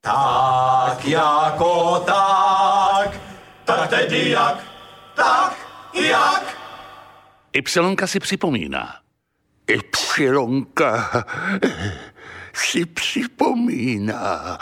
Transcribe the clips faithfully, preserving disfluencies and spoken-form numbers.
Tak jako tak, tak tedy jak, tak jak. Ypsilonka si připomíná. Ypsilonka si připomíná.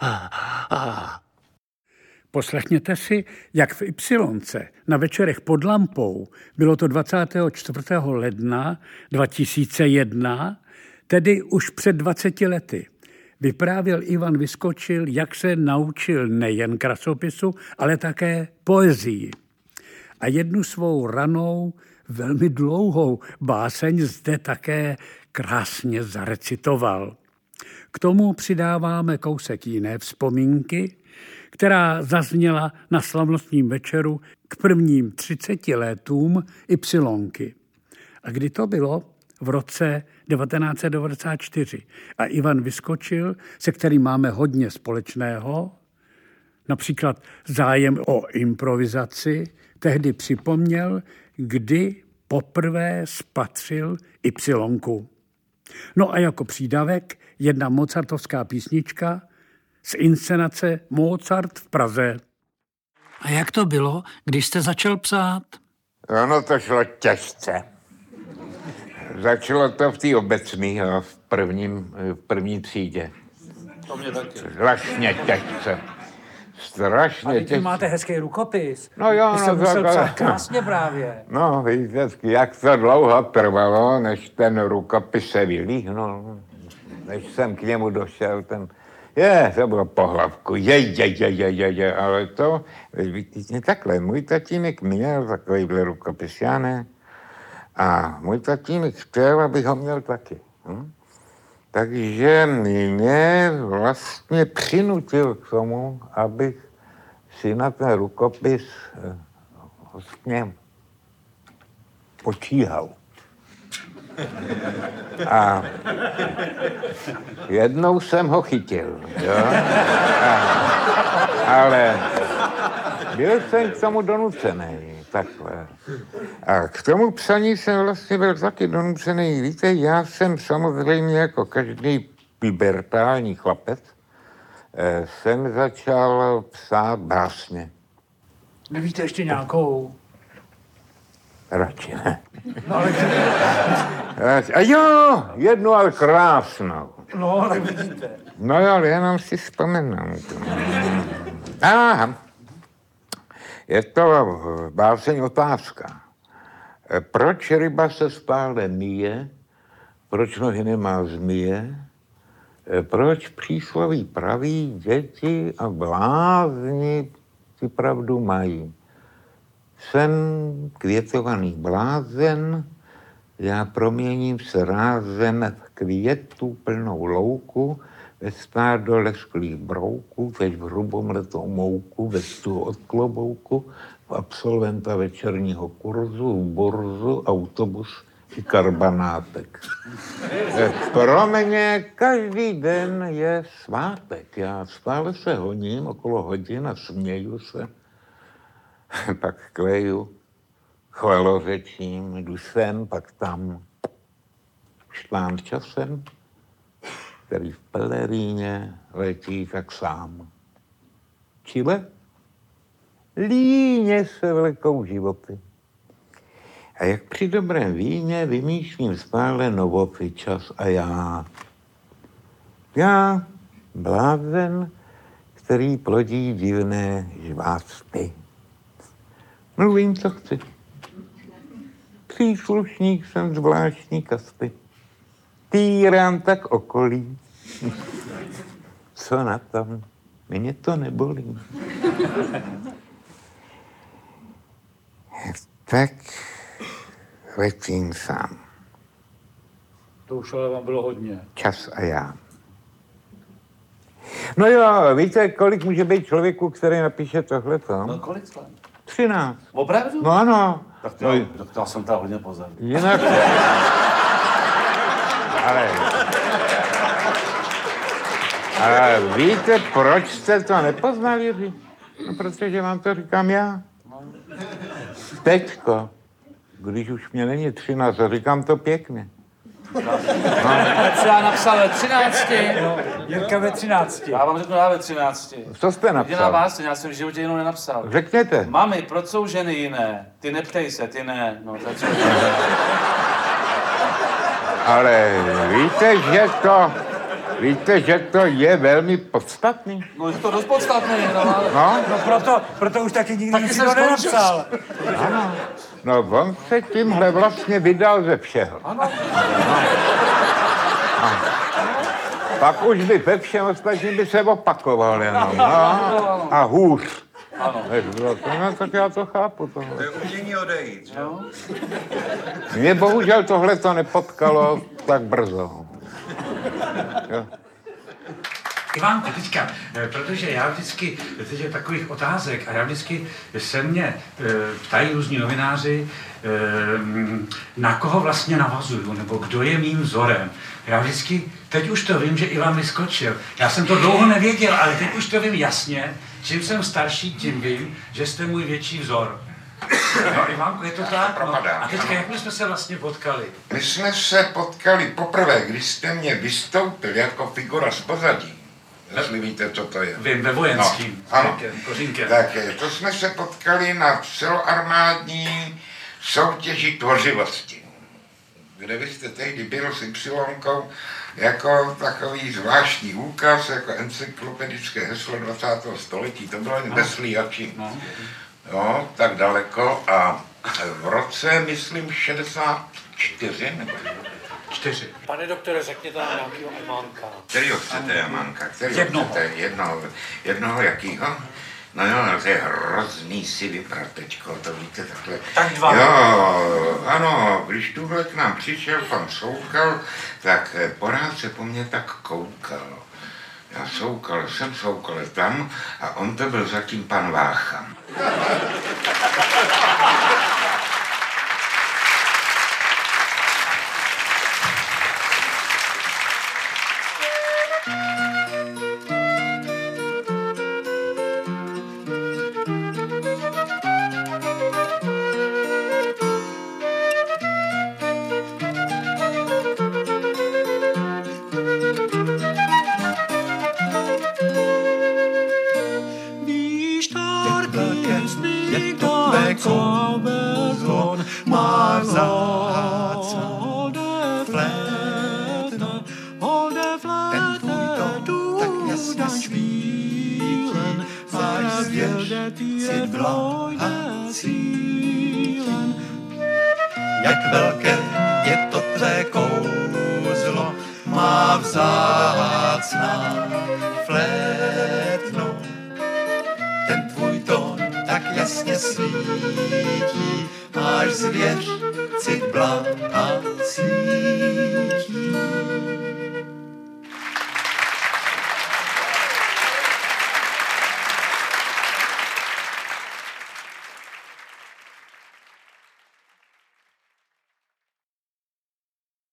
Poslechněte si, jak v Ypsilonce na večerech pod lampou, bylo to dvacátého čtvrtého ledna dva tisíce jedna, tedy už před dvaceti lety, vyprávěl Ivan Vyskočil, jak se naučil nejen krasopisu, ale také poezii. A jednu svou ranou, velmi dlouhou báseň zde také krásně zarecitoval. K tomu přidáváme kousek jiné vzpomínky, která zazněla na slavnostním večeru k prvním třiceti letům Ypsilonky. A kdy to bylo? V roce devatenáct set devadesát čtyři. A Ivan Vyskočil, se kterým máme hodně společného, například zájem o improvizaci, tehdy připomněl, kdy poprvé spatřil Ypsilonku. No a jako přídavek jedna mozartovská písnička z inscenace Mozart v Praze. A jak to bylo, když jste začal psát? Ono to šlo těžce. Začalo to v té obecné, v, prvním, v první třídě. To mě taky. Strašně těžce. Strašně těžce. A máte hezký rukopis. No jo, Vy jste no musel tak, psát krásně právě. No, víte, jak to dlouho trvalo, než ten rukopis se vylíhnul. Než jsem k němu došel, ten... Je, to bylo po hlavku, je, je, je, je, je, je, ale to, vidíte, takhle, můj tatínek měl takovýhle rukopis, já ne. A můj tatínek chtěl, abych ho měl taky. Hm? Takže mě vlastně přinutil k tomu, abych si na ten rukopis vlastně počíhal. A jednou jsem ho chytil, jo? A, ale byl jsem k tomu donucený, takhle. A k tomu psaní jsem vlastně byl taky donucený. Víte, já jsem samozřejmě jako každý pubertální chlapec eh, jsem začal psát básně. Nevíte ještě nějakou? Radši ne. No, ale... A jo, jednu, ale krásnou. No, tak vidíte. No jo, ale jenom si vzpomenu. Aha. Je to báseň otázka. Proč ryba se spále myje? Proč nohy nemá zmije? Proč přísloví praví děti a blázni si pravdu mají? Jsem květovaný blázen, já proměním se rázem v květu plnou louku, ve stádo lesklých brouků, teď v hrubomletou mouku, ve stůl od klobouku, v absolventa večerního kurzu, v borzu, autobus i karbanátek. Pro mě každý den je svátek. Já stále se honím okolo hodin a směju se. Pak kleju, chvalořečím, jdu sem, pak tam. Štlám časem, který v peleríně letí tak sám. Čile? Líně se vlekou životy. A jak při dobrém víně vymýšlím stále novoty, čas a já. Já, blázen, který plodí divné žvásty. Mluvím, co chci. Příslušník jsem zvláštní kasty. Týrám tak okolí. Co na tom? Mě to nebolí. Tak letím sám. To už ale vám bylo hodně. Čas a já. No jo, víte, kolik může být člověku, který napíše tohleto? No kolik let? Třináct. Opravdu? No ano. Tak to, no, tak to jsem tam hodně pozor. Jinak... Ale... Ale víte, proč jste to nepoznali, Jiří? No, protože vám to říkám já. Teďko, když už mě není třináct, říkám to pěkně. No. Ale co já napsal ve třinácti? No. Jirka ve třinácti. Já vám řeknu já ve třinácti. Co jste Jediná napsal? básně, já jsem v životě jinou nenapsal. Řekněte. Mami, proč jsou ženy jiné? Ty neptej se, ty ne. No, tak co? Ale víte, že to, víte, že to je velmi podstatný. No je to dost podstatné, no, ale... No, No proto, proto už taky nikdy Taky nic jsem to skončil. nenapsal. ano. No, on se tímhle vlastně vydal ze všeho. Ano. Pak už by ve všem ostatním by se opakoval jenom. No, a hůř. Ano. No, tak já to chápu. Tohle. To je umění odejít, Jo? Mě bohužel tohle to nepotkalo tak brzo. Jo. Ivánku, teďka, eh, protože já vždycky, teď je takových otázek a já vždycky se mě e, ptají různí novináři, e, na koho vlastně navazuju, nebo kdo je mým vzorem. Já vždycky, teď už to vím, že Ivan vyskočil. Já jsem to dlouho nevěděl, ale teď už to vím jasně. Čím jsem starší, tím vím, že jste můj větší vzor. No, Ivánku, je to tak? No. A teďka, jak my jsme se vlastně potkali? My jsme se potkali poprvé, když jste mě vystoupil jako figura z pozadí. Jestli víte, co to je. Vím, ve vojenským. No, ano. Kořínkem. Tak to jsme se potkali na celoarmádní soutěži tvořivosti, kde vy jste tehdy byl s Ypsilonkou jako takový zvláštní úkaz, jako encyklopedické heslo dvacátého století. To bylo jen veslý ači. Jo, tak daleko a v roce, myslím, šedesát čtyři nebo Čtyři. Pane doktore, řekněte nám nějakého Imánka. Kterýho chcete, Jamanka? Kterýho Jednoho. chcete? Jednoho. Jednoho jakýho? No jo, to je hrozný si vybrat, teďko, to víte takhle. Tak dva. Jo, ano, když tuhle k nám přišel pan Soukal, tak porád se po mně tak koukal. Já soukal, jsem soukal tam a on to byl zatím pan Vácha. Jak velké je to tvé kouzlo, má vzácná flétno. Ten tvůj tón tak jasně svítí, máš zvěř, cit blaha cítí.